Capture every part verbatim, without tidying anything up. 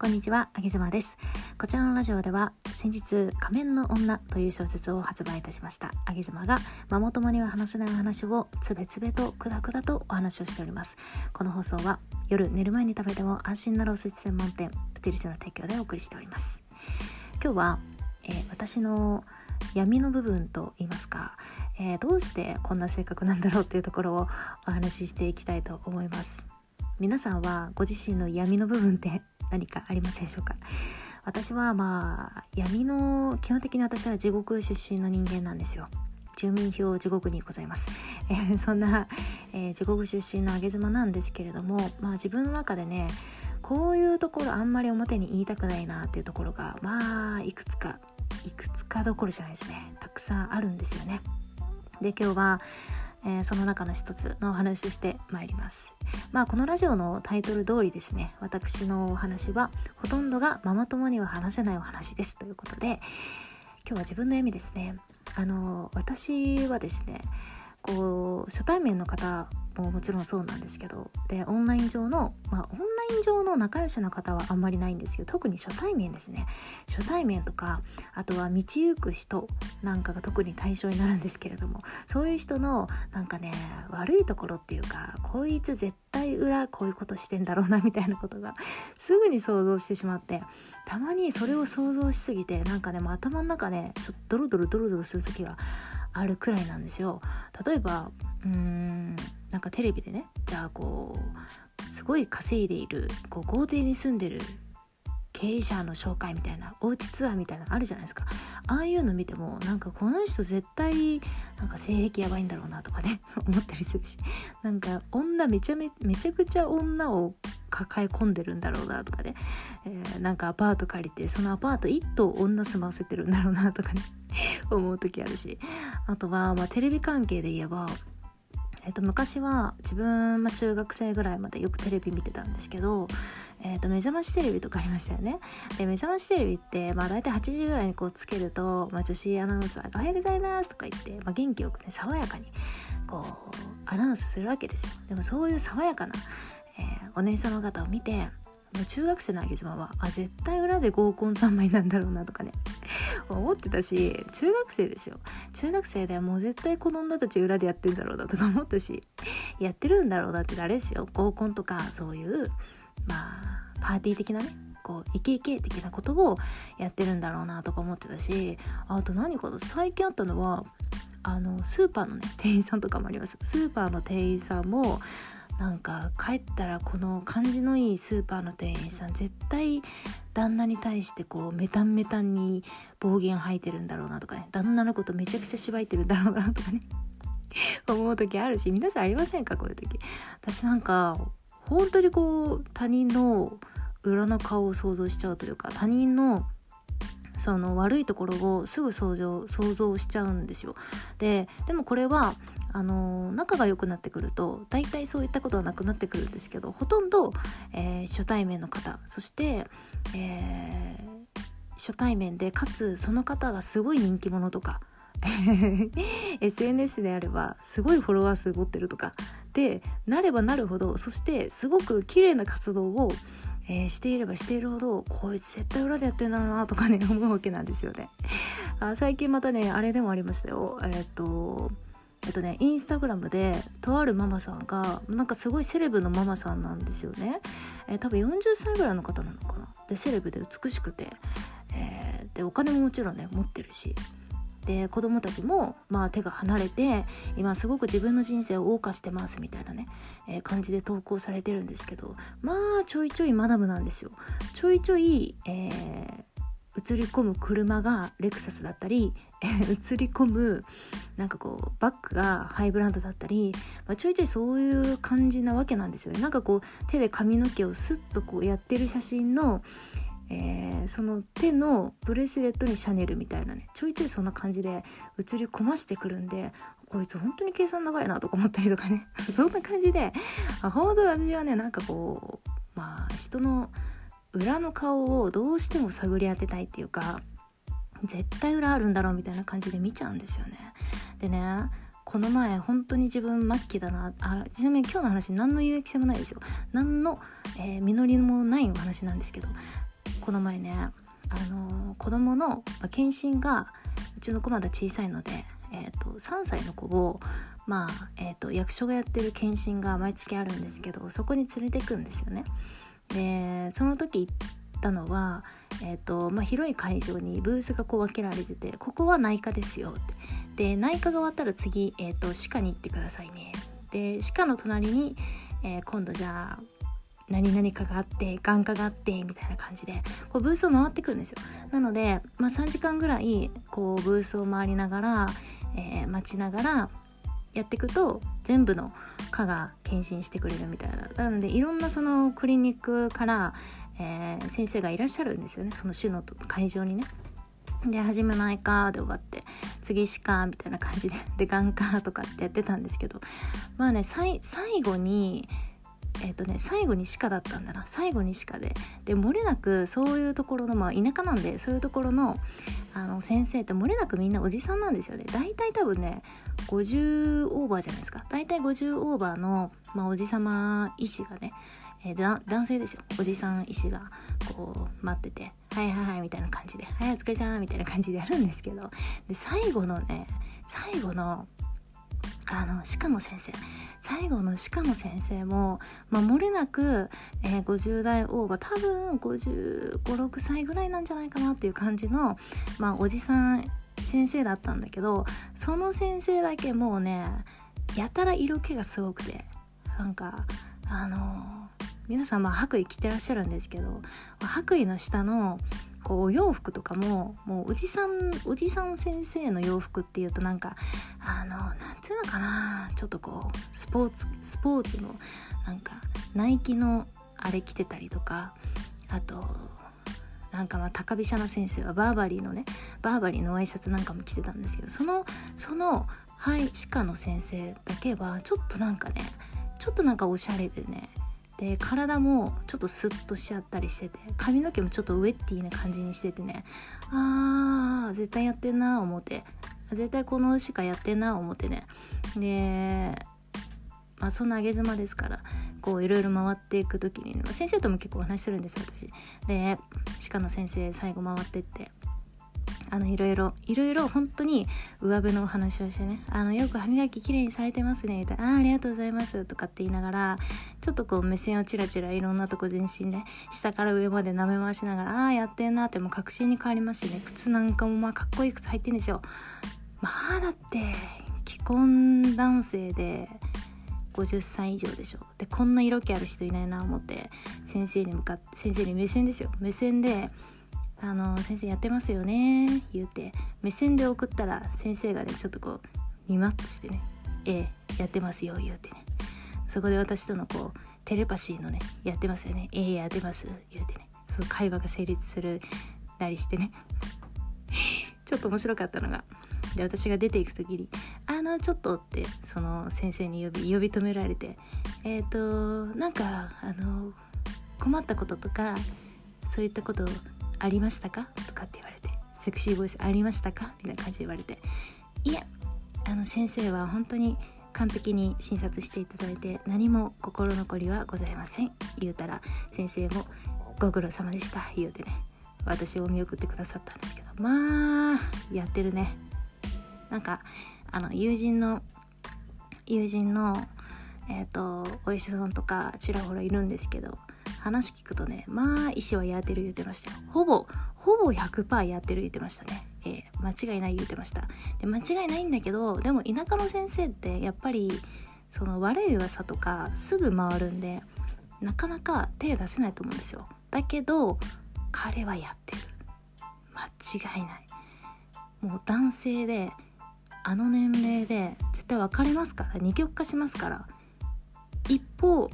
こんにちは、あげずまです。こちらのラジオでは先日仮面の女という小説を発売いたしましたあげずまがママ友には話せない話をつべつべとくだくだとお話をしております。この放送は夜寝る前に食べても安心なるおせち専門店プティリスの提供でお送りしております。今日は、えー、私の闇の部分と言いますか、えー、どうしてこんな性格なんだろうというところをお話ししていきたいと思います。皆さんはご自身の闇の部分って何かありませんでしょうか？私はまあ闇の基本的に私は地獄出身の人間なんですよ。住民票地獄にございます。えー、そんな、えー、地獄出身のあげ妻なんですけれども、まあ自分の中でね、こういうところあんまり表に言いたくないなっていうところがまあいくつかいくつかどころじゃないですね。たくさんあるんですよね。で今日はえー、その中の一つのお話ししてまいります。まあこのラジオのタイトル通りですね、私のお話はほとんどがママ友には話せないお話ですということで、今日は自分の闇ですね。あの私はですね、こう初対面の方ももちろんそうなんですけど、でオンライン上のまあオンライン上の仲良しの方はあんまりないんですけど、特に初対面ですね。初対面とか、あとは道行く人なんかが特に対象になるんですけれども、そういう人のなんかね悪いところっていうか、こいつ絶対裏こういうことしてんだろうなみたいなことがすぐに想像してしまって、たまにそれを想像しすぎてなんかねもう頭の中ねちょっとドロドロドロドロする時があるくらいなんですよ。例えばうーんなんかテレビでね、じゃあこうすごい稼いでいるこう豪邸に住んでる経営者の紹介みたいなおうちツアーみたいなのあるじゃないですか。ああいうの見てもなんかこの人絶対なんか性癖やばいんだろうなとかね思ったりするし、なんか女めちゃめめちゃくちゃ女を抱え込んでるんだろうなとかね、えー、なんかアパート借りてそのアパート一棟女住まわせてるんだろうなとかね思う時あるし、あとはまあテレビ関係で言えばえっと、昔は自分、まあ、中学生ぐらいまでよくテレビ見てたんですけど、えっと、目覚ましテレビとかありましたよね。で目覚ましテレビって、まあ、大体はちじぐらいにこうつけると、まあ、女子アナウンサーがおはようございますとか言って、まあ、元気よくね爽やかにこうアナウンスするわけですよ。でもそういう爽やかな、えー、お姉様方を見て、もう中学生のあげ妻はあ絶対裏で合コン三昧なんだろうなとかね思ってたし、中学生ですよ。中学生でもう絶対この女たち裏でやってるんだろうなとか思ったし、やってるんだろうなってあれですよ、合コンとかそういうまあパーティー的なねこうイケイケ的なことをやってるんだろうなとか思ってたし、あと何か最近あったのはあのスーパーのね店員さんとかもあります。スーパーの店員さんもなんか帰ったらこの感じのいいスーパーの店員さん絶対旦那に対してこうメタンメタンに暴言吐いてるんだろうなとかね、旦那のことめちゃくちゃしばいてるんだろうなとかね思う時あるし、皆さんありませんかこういう時。私なんか本当にこう他人の裏の顔を想像しちゃうというか、他人のその悪いところをすぐ想像想像しちゃうんですよ。ででもこれはあの仲が良くなってくると大体そういったことはなくなってくるんですけど、ほとんど、えー、初対面の方、そして、えー、初対面でかつその方がすごい人気者とかエスエヌエス であればすごいフォロワー数持ってるとかでなればなるほど、そしてすごく綺麗な活動をえー、していればしているほどこいつ絶対裏でやってんだろうなとかね思うわけなんですよね。あ最近またねあれでもありましたよ。えっとえっとねインスタグラムでとあるママさんがなんかすごいセレブのママさんなんですよね。えー、多分よんじゅっさいぐらいの方なのかな。でセレブで美しくて、えー、でお金ももちろんね持ってるし、で子供たちもまあ手が離れて今すごく自分の人生を謳歌してますみたいなね、えー、感じで投稿されてるんですけど、まあちょいちょいマダムなんですよ。ちょいちょい、えー、映り込む車がレクサスだったり映り込むなんかこうバッグがハイブランドだったり、まあ、ちょいちょいそういう感じなわけなんですよね。なんかこう手で髪の毛をスッとこうやってる写真のえー、その手のブレスレットにシャネルみたいなね、ちょいちょいそんな感じで映り込ましてくるんで、こいつ本当に計算長いなとか思ったりとかねそんな感じで、あ本当私はねなんかこうまあ人の裏の顔をどうしても探り当てたいっていうか、絶対裏あるんだろうみたいな感じで見ちゃうんですよね。でねこの前本当に自分末期だなあ、ちなみに今日の話何の有益性もないですよ。何の、えー、実りもないお話なんですけど、 この前ね、あの子供の、まあ、検診がうちの子まだ小さいので、えー、とさんさいの子を、まあえー、と役所がやってる検診が毎月あるんですけど、そこに連れてくんですよね。でその時行ったのは、えーとまあ、広い会場にブースがこう分けられてて、ここは内科ですよって、で内科が終わったら次、えー、と歯科に行ってくださいね。で歯科の隣に、えー、今度じゃあ何々科があって眼科があってみたいな感じでこうブースを回ってくるんですよ。なので、まあ、さんじかんぐらいこうブースを回りながら、えー、待ちながらやっていくと全部の科が検診してくれるみたいな。なのでいろんなそのクリニックから、えー、先生がいらっしゃるんですよね、その市の会場にね。で初め内科で終わって次歯科みたいな感じでで眼科とかってやってたんですけど、まあねさい最後にえっとね最後に歯科だったんだな最後に歯科でで漏れなくそういうところの、まあ、田舎なんでそういうところのあの先生って漏れなくみんなおじさんなんですよね。だいたい多分ねごじゅうオーバーじゃないですか。だいたいごじゅうオーバーの、まあ、おじさま医師がね、えー、男性ですよ。おじさん医師がこう待っててはいはいはいみたいな感じではいお疲れさんみたいな感じでやるんですけど、で最後のね最後のあの歯科の先生最後の歯科の先生も、まあ、漏れなく、えー、ごじゅう代オーバー多分ごじゅうご、ろくさいぐらいなんじゃないかなっていう感じの、まあ、おじさん先生だったんだけど、その先生だけもうねやたら色気がすごくて、なんかあのー、皆さんまあ白衣着てらっしゃるんですけど、白衣の下のこうお洋服とかももうおじさんおじさん先生の洋服っていうとなんかあのなんていうのかな、ちょっとこうスポーツスポーツのなんかナイキのあれ着てたりとか、あとなんかまあ高飛車な先生はバーバリーのねバーバリーのワイシャツなんかも着てたんですけど、そのそのはい歯科の先生だけはちょっとなんかねちょっとなんかおしゃれでね、で体もちょっとスッとしちゃったりしてて、髪の毛もちょっとウェッティな感じにしててね、あー絶対やってんな思って、絶対この歯科やってんな思ってね。でまあそんな上げ妻ですからこういろいろ回っていく時に、ね、先生とも結構お話しするんですよ私で。歯科の先生最後回ってってあのいろいろいろいろ本当に上辺のお話をしてね、あのよく歯磨ききれいにされてますねみたいな、あーありがとうございますとかって言いながらちょっとこう目線をチラチラいろんなとこ全身で、ね、下から上まで舐め回しながらあーやってんなって、もう確信に変わりましてね、靴なんかもまあかっこいい靴履いてんですよ。まあだって既婚男性でごじゅっさい以上でしょ。でこんな色気ある人いないなと思って先生に向かって先生に目線ですよ目線であの先生やってますよね言うて目線で送ったら先生がねちょっとこうニマッとしてね、ええやってますよ言うてね、そこで私とのこうテレパシーのねやってますよねええやってます言うてね、その会話が成立するなりしてねちょっと面白かったのが、で私が出ていく時にあのちょっとってその先生に呼び呼び止められて、えっとなんかあの困ったこととかそういったことありましたかとかって言われて、セクシーボイスありましたかみたいな感じで言われて、いやあの先生は本当に完璧に診察していただいて何も心残りはございません言うたら、先生もご苦労様でした言うてね私を見送ってくださったんですけど、まあやってるね。なんかあの友人の友人のえっとお医者さんとかちらほらいるんですけど、話聞くとねまあ医師はやってる言ってましたよ。ほぼほぼ ひゃくパーセント やってる言ってましたね、えー、間違いない言ってました。で間違いないんだけど、でも田舎の先生ってやっぱりその悪い噂とかすぐ回るんでなかなか手出せないと思うんですよ。だけど彼はやってる、間違いない。もう男性であの年齢で絶対分かれますから、二極化しますから。一方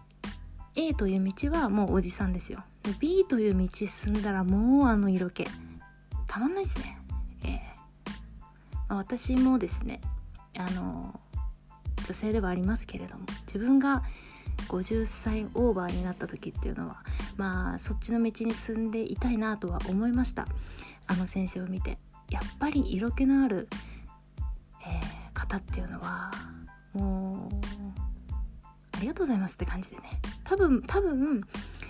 A という道はもうおじさんですよ。で B という道進んだらもうあの色気たまんないですね、えーまあ、私もですねあの女性ではありますけれども、自分がごじゅっさいオーバーになった時っていうのはまあそっちの道に進んでいたいなとは思いました。あの先生を見てやっぱり色気のある、えー、方っていうのはもうありがとうございますって感じでね、多分多分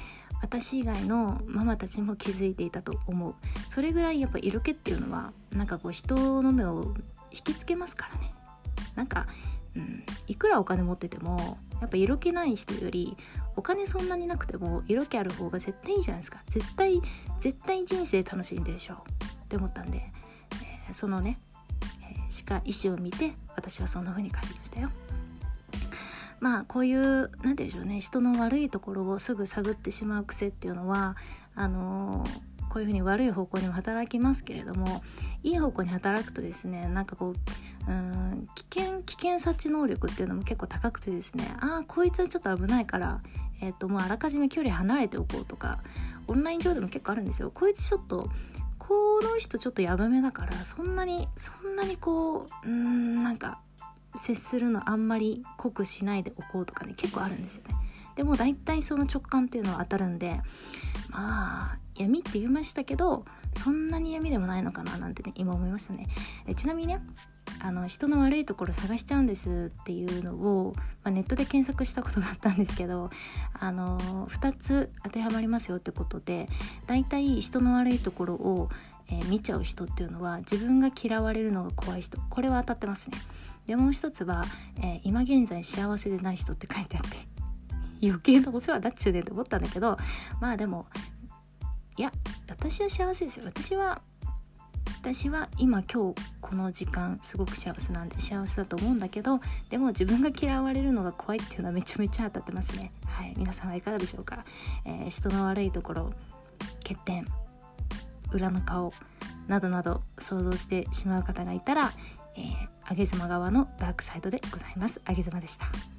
私以外のママたちも気づいていたと思う。それぐらいやっぱ色気っていうのはなんかこう人の目を引きつけますからね。なんか、うん、いくらお金持っててもやっぱ色気ない人よりお金そんなになくても色気ある方が絶対いいじゃないですか。絶対絶対人生楽しいんでしょうって思ったんで、えー、そのね、えー、歯科医師を見て私はそんな風に感じましたよ。まあこういうなんて言うんでしょうね、人の悪いところをすぐ探ってしまう癖っていうのはあのー、こういうふうに悪い方向にも働きますけれども、いい方向に働くとですね、なんかこう、うーん危険危険察知能力っていうのも結構高くてですね、ああこいつはちょっと危ないから、えー、ともうあらかじめ距離離れておこうとか、オンライン上でも結構あるんですよ。こいつちょっとこの人ちょっとやぶめだからそんなにそんなにこううーんなんか接するのあんまり濃くしないでおこうとかね、結構あるんですよね。でも大体その直感っていうのは当たるんで、まあ闇って言いましたけどそんなに闇でもないのかななんてね今思いましたね。えちなみにね、あの人の悪いところ探しちゃうんですっていうのを、まあ、ネットで検索したことがあったんですけど、あのふたつ当てはまりますよってことで、大体人の悪いところを、えー見ちゃう人っていうのは自分が嫌われるのが怖い人、これは当たってますね。でもう一つは、えー今現在幸せでない人って書いてあって余計なお世話だっちゅうねんって思ったんだけど、まあでもいや私は幸せですよ。私は私は今今日この時間すごく幸せなんで幸せだと思うんだけど、でも自分が嫌われるのが怖いっていうのはめちゃめちゃ当たってますね。はい、皆さんはいかがでしょうか。えー人の悪いところ、欠点、裏の顔などなど想像してしまう方がいたら、えー、あげ妻側のダークサイドでございます。あげ妻でした。